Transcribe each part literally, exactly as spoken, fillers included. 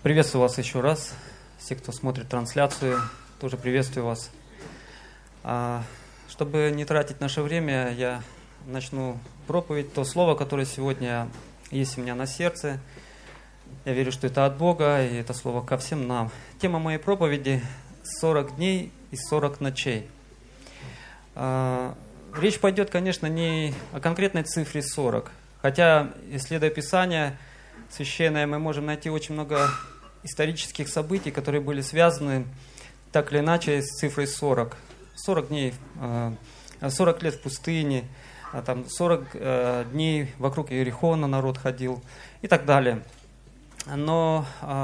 Приветствую вас еще раз. Все, кто смотрит трансляцию, тоже приветствую вас. Чтобы не тратить наше время, я начну проповедь, то слово, которое сегодня есть у меня на сердце. Я верю, что это от Бога, и это слово ко всем нам. Тема моей проповеди – сорок дней и сорок ночей. Речь пойдет, конечно, не о конкретной цифре сорок. Хотя, исследуя Писание Священное, мы можем найти очень много исторических событий, которые были связаны так или иначе с цифрой сорок. сорок дней, сорок лет в пустыне, там сорок дней вокруг Иерихона народ ходил и так далее. Но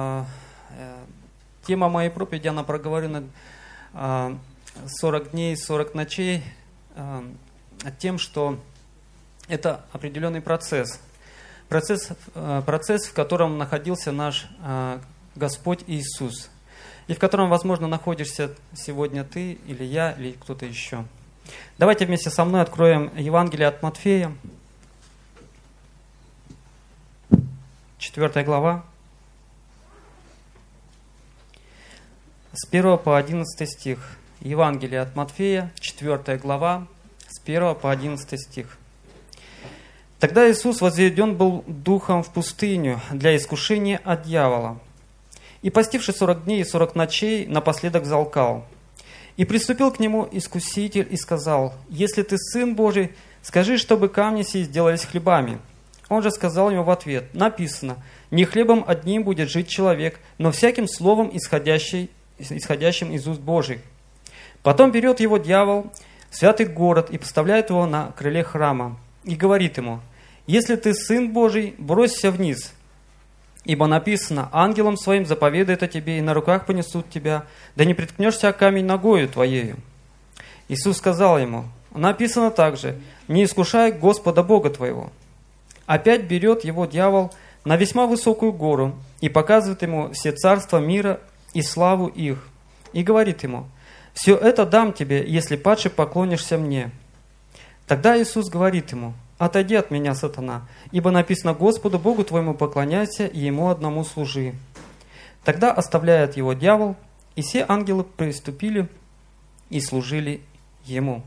тема моей проповеди, она проговорена сорок дней, сорок ночей тем, что это определенный процесс. Процесс, процесс, в котором находился наш Господь Иисус, и в котором, возможно, находишься сегодня ты, или я, или кто-то еще. Давайте вместе со мной откроем Евангелие от Матфея, четвёртая глава, с первого по одиннадцатый стих. Евангелие от Матфея, четвёртая глава, с первого по одиннадцатый стих. «Тогда Иисус возведен был духом в пустыню для искушения от дьявола. И, постивши сорок дней и сорок ночей, напоследок залкал. И приступил к нему искуситель и сказал: „Если ты Сын Божий, скажи, чтобы камни сии сделались хлебами“. Он же сказал ему в ответ: „Написано: не хлебом одним будет жить человек, но всяким словом, исходящим из уст Божьих“. Потом берет его дьявол в святый город и поставляет его на крыле храма. И говорит ему: „Если ты Сын Божий, бросься вниз. Ибо написано: ангелом своим заповедает о тебе, и на руках понесут тебя, да не приткнешься о камень ногою твоею“. Иисус сказал ему: „Написано также: не искушай Господа Бога твоего“. Опять берет его дьявол на весьма высокую гору и показывает ему все царства мира и славу их. И говорит ему: „Все это дам тебе, если падше поклонишься мне“. Тогда Иисус говорит ему: „Отойди от меня, сатана, ибо написано: Господу Богу твоему поклоняйся и Ему одному служи“. Тогда оставляет его дьявол, и все ангелы приступили и служили ему».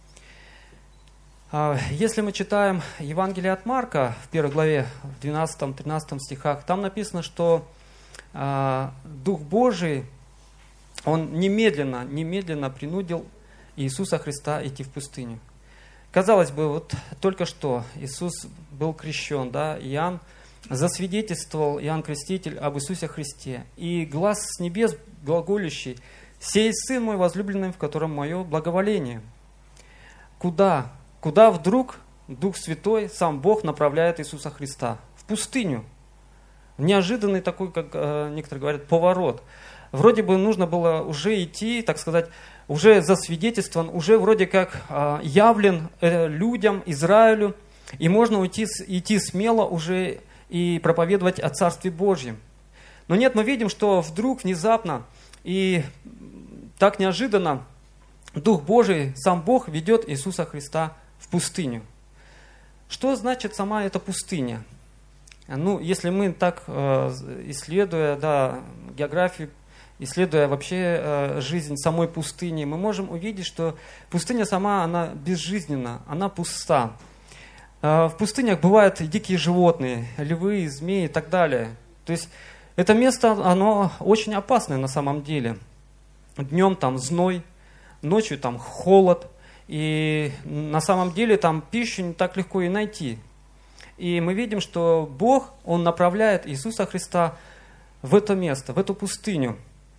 Если мы читаем Евангелие от Марка в первой главе, в двенадцатом-тринадцатом стихах, там написано, что Дух Божий, Он немедленно, немедленно принудил Иисуса Христа идти в пустыню. Казалось бы, вот только что Иисус был крещен, да, Иоанн засвидетельствовал, Иоанн Креститель, об Иисусе Христе. И глас с небес глаголющий: „Сей Сын мой возлюбленный, в котором мое благоволение“. Куда? Куда вдруг Дух Святой, сам Бог, направляет Иисуса Христа? В пустыню. Неожиданный такой, как э, некоторые говорят, поворот. Вроде бы нужно было уже идти, так сказать, уже засвидетельствован, уже вроде как э, явлен э, людям, Израилю, и можно уйти, идти смело уже и проповедовать о Царстве Божьем. Но нет, мы видим, что вдруг, внезапно и так неожиданно Дух Божий, сам Бог, ведет Иисуса Христа в пустыню. Что значит сама эта пустыня? Ну, если мы так, э, исследуя да, географию, исследуя вообще э, жизнь самой пустыни, мы можем увидеть, что пустыня сама, она безжизненна, она пуста. Э, в пустынях бывают дикие животные, львы, змеи и так далее. То есть это место, оно очень опасное на самом деле. Днем там зной, ночью там холод, и на самом деле там пищу не так легко и найти. И мы видим, что Бог, Он направляет Иисуса Христа в это место, в эту пустыню.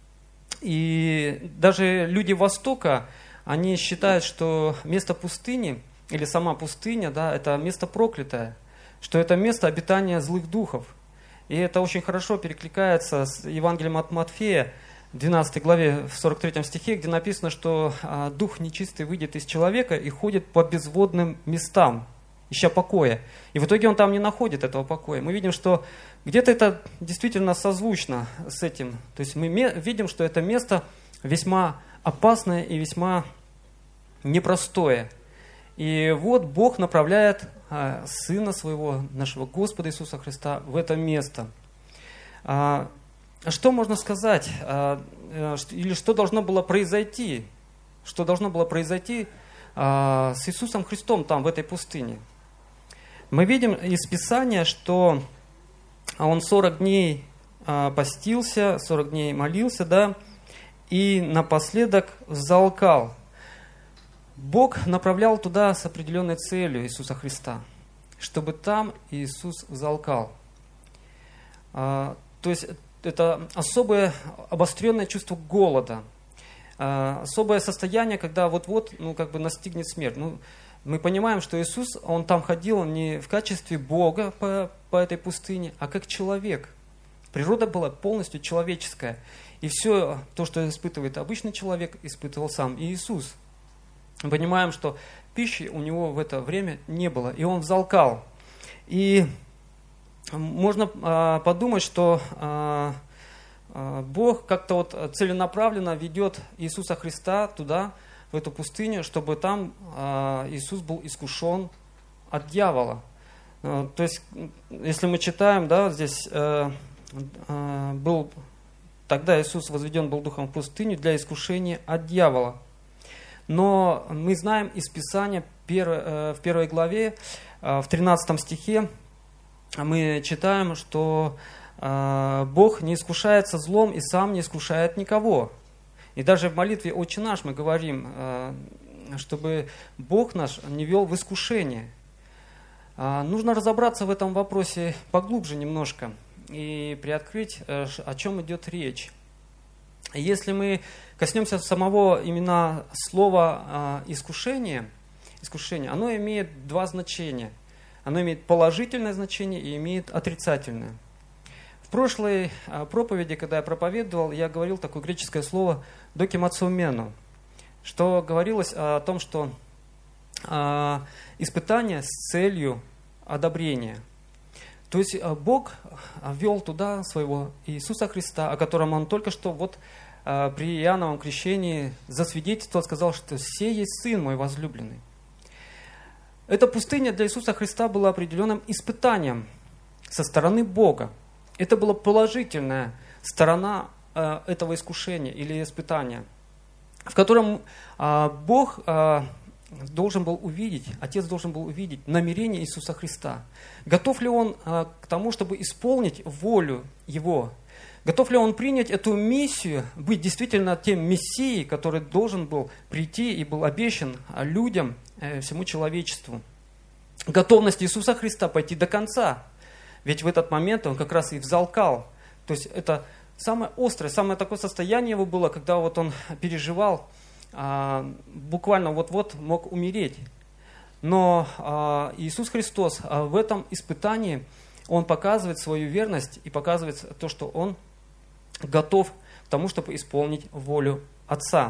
И даже люди Востока, они считают, что место пустыни, или сама пустыня, да, это место проклятое, что это место обитания злых духов. И это очень хорошо перекликается с Евангелием от Матфея, в двенадцатой главе, в сорок третьем стихе, где написано, что дух нечистый выйдет из человека и ходит по безводным местам, ища покоя. И в итоге он там не находит этого покоя. Мы видим, что где-то это действительно созвучно с этим. То есть мы видим, что это место весьма опасное и весьма непростое. И вот Бог направляет Сына Своего, нашего Господа Иисуса Христа, в это место. что можно сказать, или что должно было произойти, что должно было произойти с Иисусом Христом там, в этой пустыне? Мы видим из Писания, что Он сорок дней постился, сорок дней молился, да, и напоследок взалкал. Бог направлял туда с определенной целью Иисуса Христа, чтобы там Иисус взалкал. То есть это особое обостренное чувство голода, особое состояние, когда вот-вот, ну, как бы настигнет смерть. Ну, мы понимаем, что Иисус, Он там ходил не в качестве Бога по, по этой пустыне, а как человек. Природа была полностью человеческая. И все то, что испытывает обычный человек, испытывал сам Иисус. Мы понимаем, что пищи у него в это время не было, и он взалкал. И можно а, подумать, что а, а, Бог как-то вот целенаправленно ведет Иисуса Христа туда, в эту пустыню, чтобы там а, Иисус был искушен от дьявола. А, то есть, если мы читаем, да, здесь а, а, был, тогда Иисус возведен был духом в пустыню для искушения от дьявола. Но мы знаем из Писания в первой главе, в тринадцатом стихе, мы читаем, что Бог не искушается злом и сам не искушает никого. И даже в молитве «Отче наш» мы говорим, чтобы Бог наш не вел в искушение. Нужно разобраться в этом вопросе поглубже немножко и приоткрыть, о чем идет речь. Если мы коснемся самого именно слова искушение, искушение, оно имеет два значения. Оно имеет положительное значение и имеет отрицательное. В прошлой проповеди, когда я проповедовал, я говорил такое греческое слово «докимацумену», что говорилось о том, что испытание с целью одобрения. То есть Бог ввел туда своего Иисуса Христа, о котором Он только что вот при Иоанновом крещении засвидетельствовал, сказал, что «Сей есть Сын мой возлюбленный». Эта пустыня для Иисуса Христа была определенным испытанием со стороны Бога. Это была положительная сторона этого искушения или испытания, в котором Бог должен был увидеть, Отец должен был увидеть намерение Иисуса Христа. Готов ли Он к тому, чтобы исполнить волю Его? Готов ли Он принять эту миссию, быть действительно тем Мессией, который должен был прийти и был обещан людям, всему человечеству? Готовность Иисуса Христа пойти до конца. Ведь в этот момент Он как раз и взалкал. То есть это самое острое, самое такое состояние его было, когда вот Он переживал, буквально вот-вот мог умереть. Но Иисус Христос в этом испытании, Он показывает свою верность и показывает то, что Он готов к тому, чтобы исполнить волю Отца.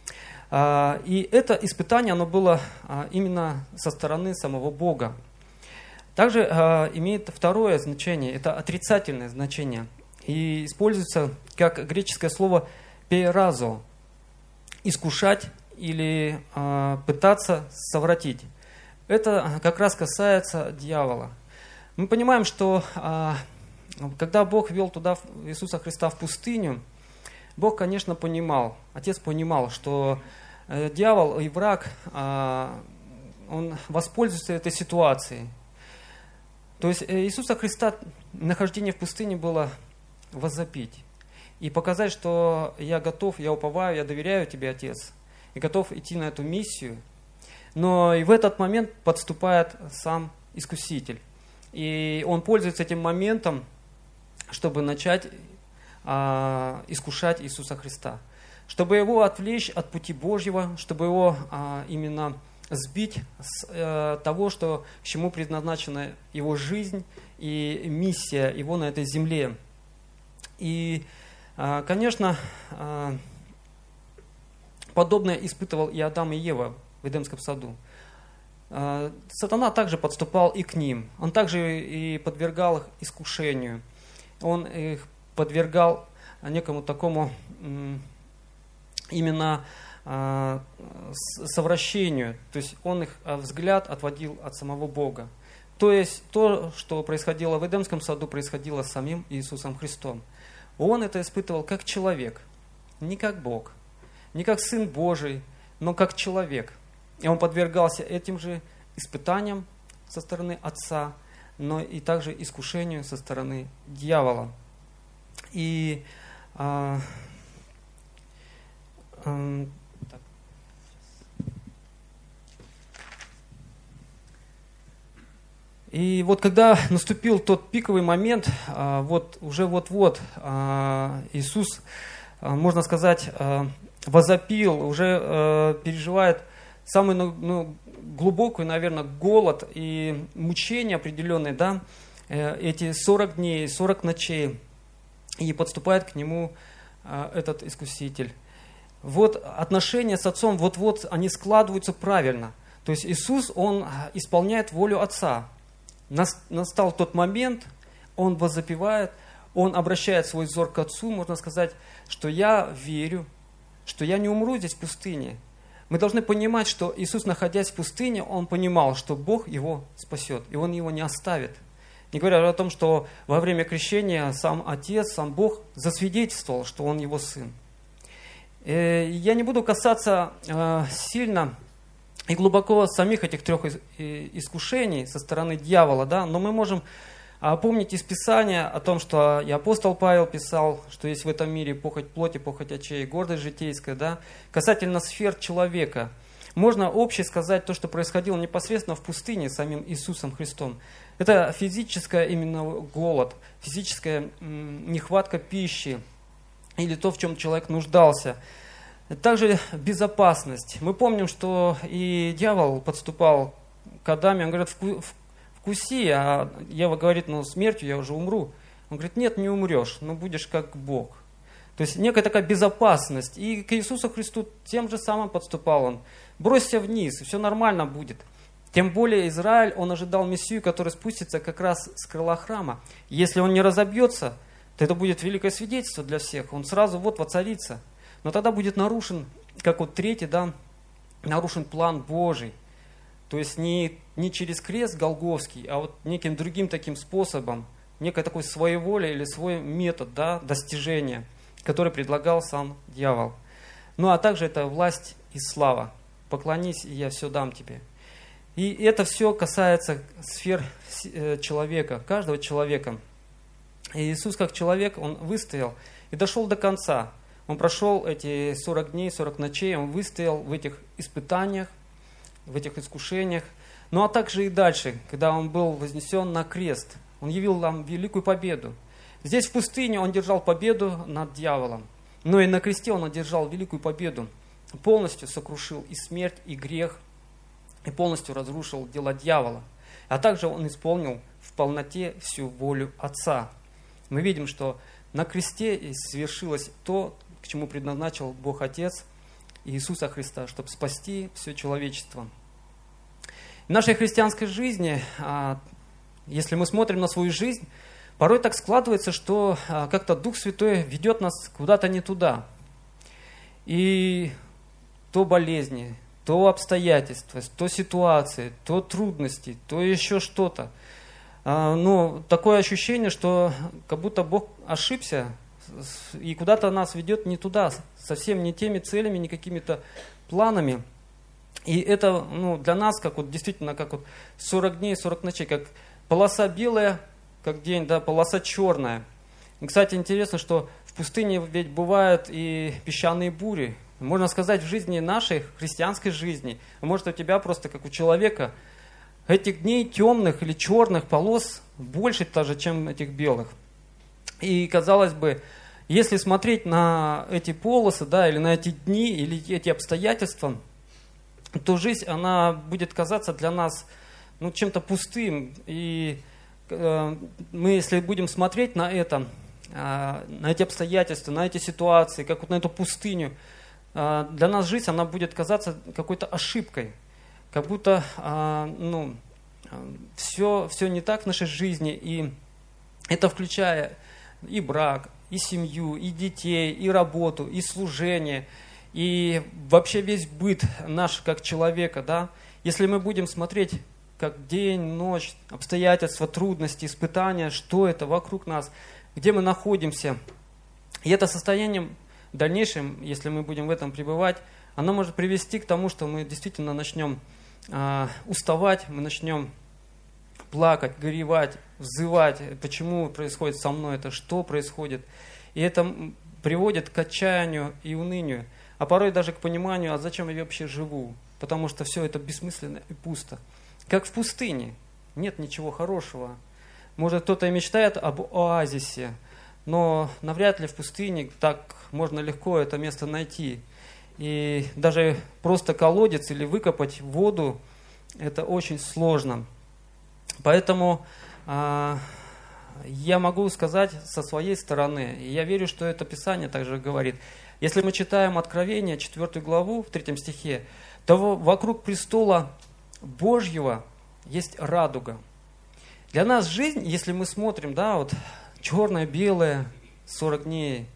И это испытание, оно было именно со стороны самого Бога. Также имеет второе значение, это отрицательное значение. И используется как греческое слово «перазо», искушать или э, пытаться совратить. Это как раз касается дьявола. Мы понимаем, что э, когда Бог вел туда Иисуса Христа в пустыню, Бог, конечно, понимал, Отец понимал, что э, дьявол и враг, э, он воспользуется этой ситуацией. То есть Иисуса Христа нахождение в пустыне было возопить и показать, что я готов, я уповаю, я доверяю тебе, Отец, и готов идти на эту миссию. Но и в этот момент подступает сам Искуситель. И он пользуется этим моментом, чтобы начать а, искушать Иисуса Христа. Чтобы его отвлечь от пути Божьего, чтобы его а, именно сбить с а, того, что, к чему предназначена его жизнь и миссия его на этой земле. И конечно, подобное испытывал и Адам, и Ева в Эдемском саду. Сатана также подступал и к ним. Он также и подвергал их искушению. Он их подвергал некому такому именно совращению. То есть он их взгляд отводил от самого Бога. То есть то, что происходило в Эдемском саду, происходило с самим Иисусом Христом. Он это испытывал как человек, не как Бог, не как Сын Божий, но как человек. И он подвергался этим же испытаниям со стороны Отца, но и также искушению со стороны дьявола. И а, а, так. И вот когда наступил тот пиковый момент, а, вот уже вот-вот а, Иисус, а, можно сказать, а, возопил, уже а, переживает самый ну, ну, глубокий, наверное, голод и мучение определенные, да, эти сорок дней, сорок ночей, и подступает к нему а, этот искуситель. Вот отношения с Отцом, вот-вот они складываются правильно. То есть Иисус, Он исполняет волю Отца. Настал тот момент, Он возопевает, Он обращает свой взор к Отцу, можно сказать, что я верю, что я не умру здесь в пустыне. Мы должны понимать, что Иисус, находясь в пустыне, Он понимал, что Бог его спасет, и Он его не оставит. Не говоря о том, что во время крещения сам Отец, сам Бог засвидетельствовал, что Он его Сын. Я не буду касаться сильно и глубоко самих этих трех искушений со стороны дьявола, да, но мы можем помнить из Писания о том, что и апостол Павел писал, что есть в этом мире похоть плоти, похоть очей, гордость житейская, да, касательно сфер человека. Можно общее сказать то, что происходило непосредственно в пустыне с самим Иисусом Христом. Это физическая именно голод, физическая нехватка пищи или то, в чем человек нуждался. Также безопасность. Мы помним, что и дьявол подступал к Адаме, он говорит, вкуси, а Ева говорит, ну смертью я уже умру. Он говорит, нет, не умрешь, но будешь как Бог. То есть некая такая безопасность. И к Иисусу Христу тем же самым подступал он. Бросься вниз, и все нормально будет. Тем более Израиль, он ожидал Мессию, который спустится как раз с крыла храма. Если он не разобьется, то это будет великое свидетельство для всех. Он сразу вот воцарится. Но тогда будет нарушен, как вот третий, да, нарушен план Божий. То есть не, не через крест Голгофский, а вот неким другим таким способом, некой такой своеволие или свой метод, да, достижения, который предлагал сам дьявол. Ну а также это власть и слава. Поклонись, и я все дам тебе. И это все касается сфер человека, каждого человека. И Иисус как человек, Он выстоял и дошел до конца. Он прошел эти сорок дней, сорок ночей, Он выстоял в этих испытаниях, в этих искушениях. Ну а также и дальше, когда Он был вознесен на крест, Он явил нам великую победу. Здесь в пустыне Он держал победу над дьяволом, но и на кресте Он одержал великую победу. Полностью сокрушил и смерть, и грех, и полностью разрушил дела дьявола. А также Он исполнил в полноте всю волю Отца. Мы видим, что на кресте свершилось то, к чему предназначил Бог Отец Иисуса Христа, чтобы спасти все человечество. В нашей христианской жизни, если мы смотрим на свою жизнь, порой так складывается, что как-то Дух Святой ведет нас куда-то не туда. И то болезни, то обстоятельства, то ситуации, то трудности, то еще что-то. Но такое ощущение, что как будто Бог ошибся и куда-то нас ведет не туда, совсем не теми целями, не какими-то планами. И это ну, для нас, как вот действительно, как вот сорок дней, сорок ночей, как полоса белая, как день, да, полоса черная. И, кстати, интересно, что в пустыне ведь бывают и песчаные бури. Можно сказать, в жизни нашей, христианской жизни, а может у тебя просто, как у человека, этих дней темных или черных полос больше даже, чем этих белых. И, казалось бы, если смотреть на эти полосы, да, или на эти дни, или эти обстоятельства, то жизнь, она будет казаться для нас ну, чем-то пустым. И э, мы, если будем смотреть на это, э, на эти обстоятельства, на эти ситуации, как вот на эту пустыню, э, для нас жизнь, она будет казаться какой-то ошибкой. Как будто э, ну, все, все не так в нашей жизни. И это включая и брак, и семью, и детей, и работу, и служение, и вообще весь быт наш как человека, да, если мы будем смотреть как день, ночь, обстоятельства, трудности, испытания, что это вокруг нас, где мы находимся, И это состояние в дальнейшем, если мы будем в этом пребывать, оно может привести к тому, что мы действительно начнем э, уставать, мы начнем плакать, горевать, взывать, почему происходит со мной это, что происходит. И это приводит к отчаянию и унынию, а порой даже к пониманию, а зачем я вообще живу, потому что все это бессмысленно и пусто. Как в пустыне, нет ничего хорошего. Может, кто-то и мечтает об оазисе, но навряд ли в пустыне так можно легко это место найти. И даже просто колодец или выкопать воду, это очень сложно. Поэтому э, я могу сказать со своей стороны, и я верю, что это Писание также говорит. Если мы читаем Откровение, четвёртую главу, в третьем стихе, то вокруг престола Божьего есть радуга. Для нас жизнь, если мы смотрим, да, вот черное, белое, сорок дней,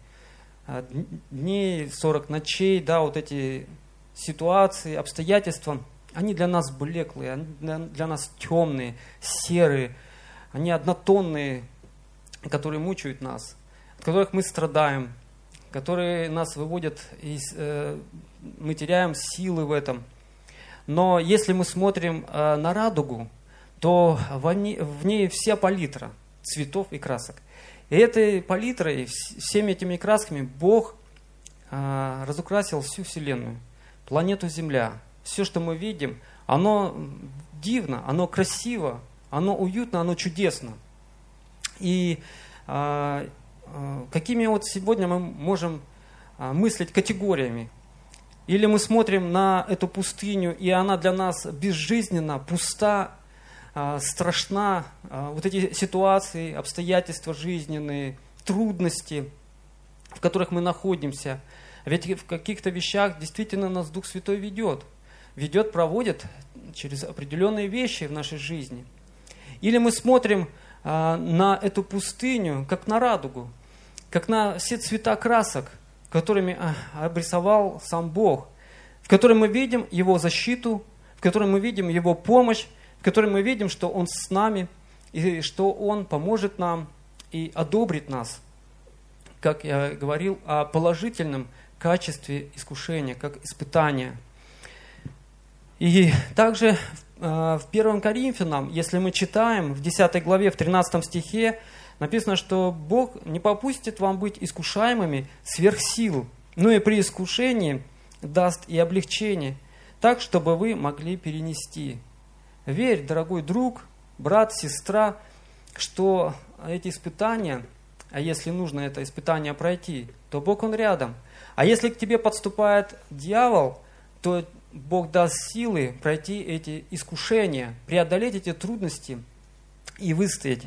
дней, сорок ночей, да, вот эти ситуации, обстоятельства, они для нас блеклые, они для нас темные, серые, они однотонные, которые мучают нас, от которых мы страдаем, которые нас выводят из, э, мы теряем силы в этом. Но если мы смотрим э, на радугу, то в ней, в ней вся палитра цветов и красок. И этой палитрой, всеми этими красками Бог э, разукрасил всю Вселенную, планету Земля. Все, что мы видим, оно дивно, оно красиво, оно уютно, оно чудесно. И э, э, какими вот сегодня мы можем э, мыслить категориями? Или мы смотрим на эту пустыню, и она для нас безжизненна, пуста, э, страшна. Э, вот эти ситуации, обстоятельства жизненные, трудности, в которых мы находимся. Ведь в каких-то вещах действительно нас Дух Святой ведет. Ведет, проводит через определенные вещи в нашей жизни. Или мы смотрим э, на эту пустыню, как на радугу, как на все цвета красок, которыми обрисовал сам Бог, в котором мы видим Его защиту, в котором мы видим Его помощь, в котором мы видим, что Он с нами, и что Он поможет нам и одобрит нас, как я говорил, о положительном качестве искушения, как испытания. И также в первом Коринфянам, если мы читаем, в десятой главе, в тринадцатом стихе, написано, что Бог не попустит вам быть искушаемыми сверх сил, но и при искушении даст и облегчение, так, чтобы вы могли перенести. Верь, дорогой друг, брат, сестра, что эти испытания, а если нужно это испытание пройти, то Бог, Он рядом. А если к тебе подступает дьявол, то Бог даст силы пройти эти искушения, преодолеть эти трудности и выстоять.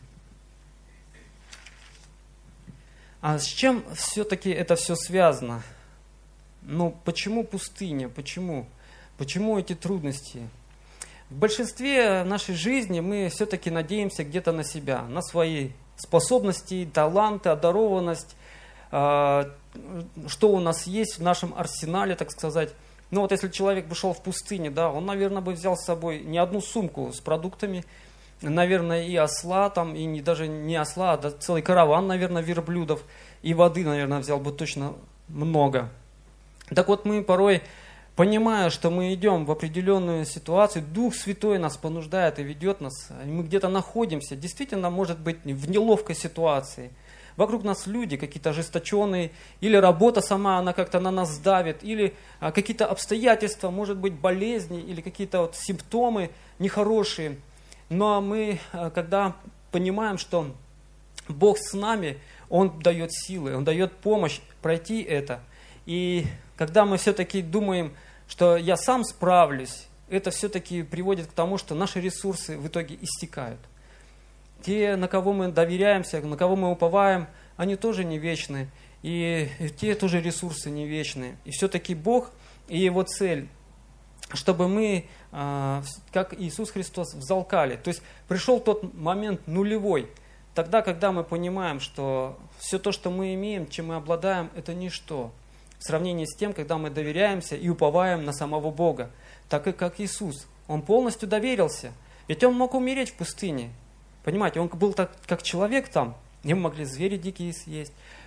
А с чем все-таки это все связано? Ну, почему пустыня? Почему? Почему эти трудности? В большинстве нашей жизни мы все-таки надеемся где-то на себя, на свои способности, таланты, одарованность, что у нас есть в нашем арсенале, так сказать. Ну вот если человек бы шел в пустыне, да, он, наверное, бы взял с собой не одну сумку с продуктами, наверное, и осла, там, и не, даже не осла, а целый караван, наверное, верблюдов, и воды, наверное, взял бы точно много. Так вот, мы порой, понимая, что мы идем в определенную ситуацию, Дух Святой нас понуждает и ведет нас, мы где-то находимся, действительно, может быть, в неловкой ситуации. Вокруг нас люди какие-то ожесточенные, или работа сама, она как-то на нас давит, или а, какие-то обстоятельства, может быть, болезни, или какие-то вот симптомы нехорошие. Но мы, а, когда понимаем, что Бог с нами, Он дает силы, Он дает помощь пройти это. И когда мы все-таки думаем, что я сам справлюсь, это все-таки приводит к тому, что наши ресурсы в итоге истекают. Те, на кого мы доверяемся, на кого мы уповаем, они тоже не вечны. И те тоже ресурсы не вечны. И все-таки Бог и Его цель, чтобы мы, как Иисус Христос, взалкали. То есть пришел тот момент нулевой, тогда, когда мы понимаем, что все то, что мы имеем, чем мы обладаем, это ничто. В сравнении с тем, когда мы доверяемся и уповаем на самого Бога. Так и как Иисус. Он полностью доверился. Ведь Он мог умереть в пустыне. Понимаете, Он был так, как человек там. Ему могли звери дикие съесть.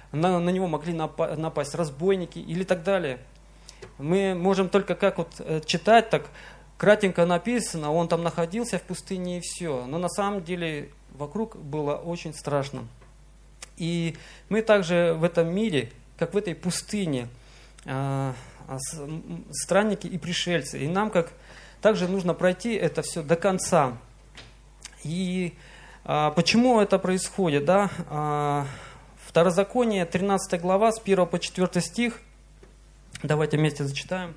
на, на него могли напа- напасть разбойники или так далее. Мы можем только как вот читать, так кратенько написано, он там находился в пустыне и все. Но на самом деле вокруг было очень страшно. И мы также в этом мире, как в этой пустыне, странники и пришельцы. И нам как также нужно пройти это все до конца. И а, почему это происходит? Да? А, Второзаконие, тринадцатая глава, с первого по четвёртый стих. Давайте вместе зачитаем.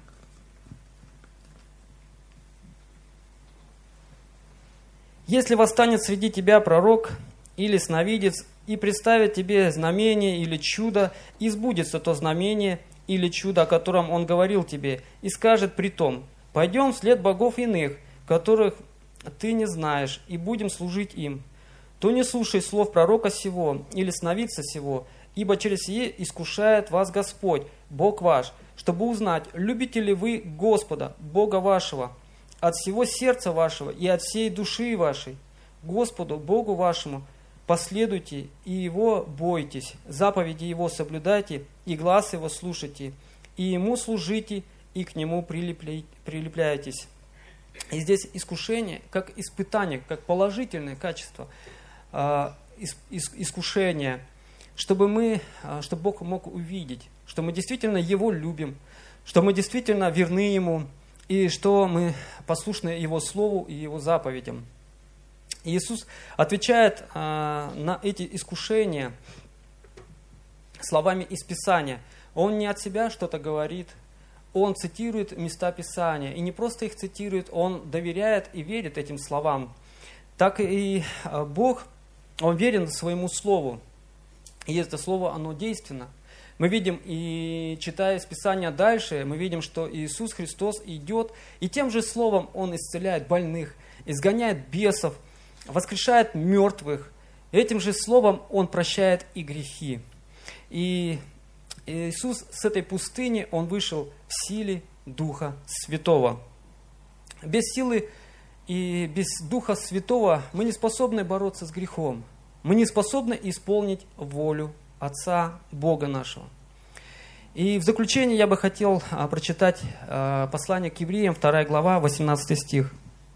«Если восстанет среди тебя пророк или сновидец, и представит тебе знамение или чудо, и сбудется то знамение или чудо, о котором он говорил тебе, и скажет притом: пойдем вслед богов иных, которых ты не знаешь, и будем служить им, то не слушай слов пророка сего или сновидца сего, ибо через сие искушает вас Господь, Бог ваш, чтобы узнать, любите ли вы Господа, Бога вашего, от всего сердца вашего и от всей души вашей. Господу, Богу вашему, последуйте и Его бойтесь, заповеди Его соблюдайте и глаз Его слушайте, и Ему служите, и к Нему прилепляйтесь». И здесь искушение как испытание, как положительное качество, искушение, чтобы мы, чтобы Бог мог увидеть, что мы действительно Его любим, что мы действительно верны Ему, и что мы послушны Его Слову и Его заповедям. И Иисус отвечает а, на эти искушения словами из Писания. Он не от себя что-то говорит, Он цитирует места Писания. И не просто их цитирует, Он доверяет и верит этим словам. Так и Бог, Он верен своему Слову. И это Слово, оно действенно. Мы видим, и читая из Писания дальше, мы видим, что Иисус Христос идет, и тем же Словом Он исцеляет больных, изгоняет бесов, воскрешает мертвых. Этим же словом Он прощает и грехи. И Иисус с этой пустыни, Он вышел в силе Духа Святого. Без силы и без Духа Святого мы не способны бороться с грехом. Мы не способны исполнить волю Отца, Бога нашего. И в заключение я бы хотел прочитать послание к евреям, вторая глава, восемнадцатый стих.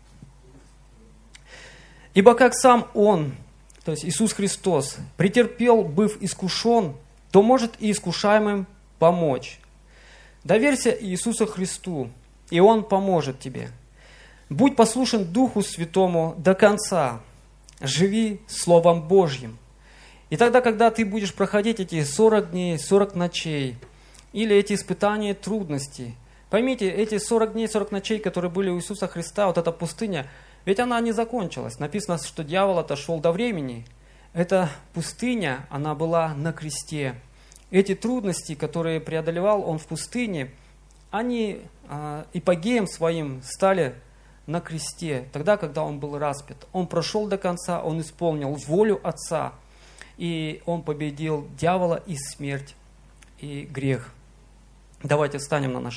«Ибо как сам Он, то есть Иисус Христос, претерпел, быв искушен, то может и искушаемым помочь. Доверься Иисусу Христу, и Он поможет тебе. Будь послушен Духу Святому до конца, живи Словом Божьим. И тогда, когда ты будешь проходить эти сорок дней, сорок ночей, или эти испытания, трудности, поймите, эти сорок дней, сорок ночей, которые были у Иисуса Христа, вот эта пустыня, ведь она не закончилась. Написано, что дьявол отошел до времени. Эта пустыня, она была на кресте. Эти трудности, которые преодолевал он в пустыне, они э, эпогеем своим стали на кресте, тогда, когда он был распят. Он прошел до конца, он исполнил волю Отца, и он победил дьявола и смерть, и грех. Давайте встанем на наши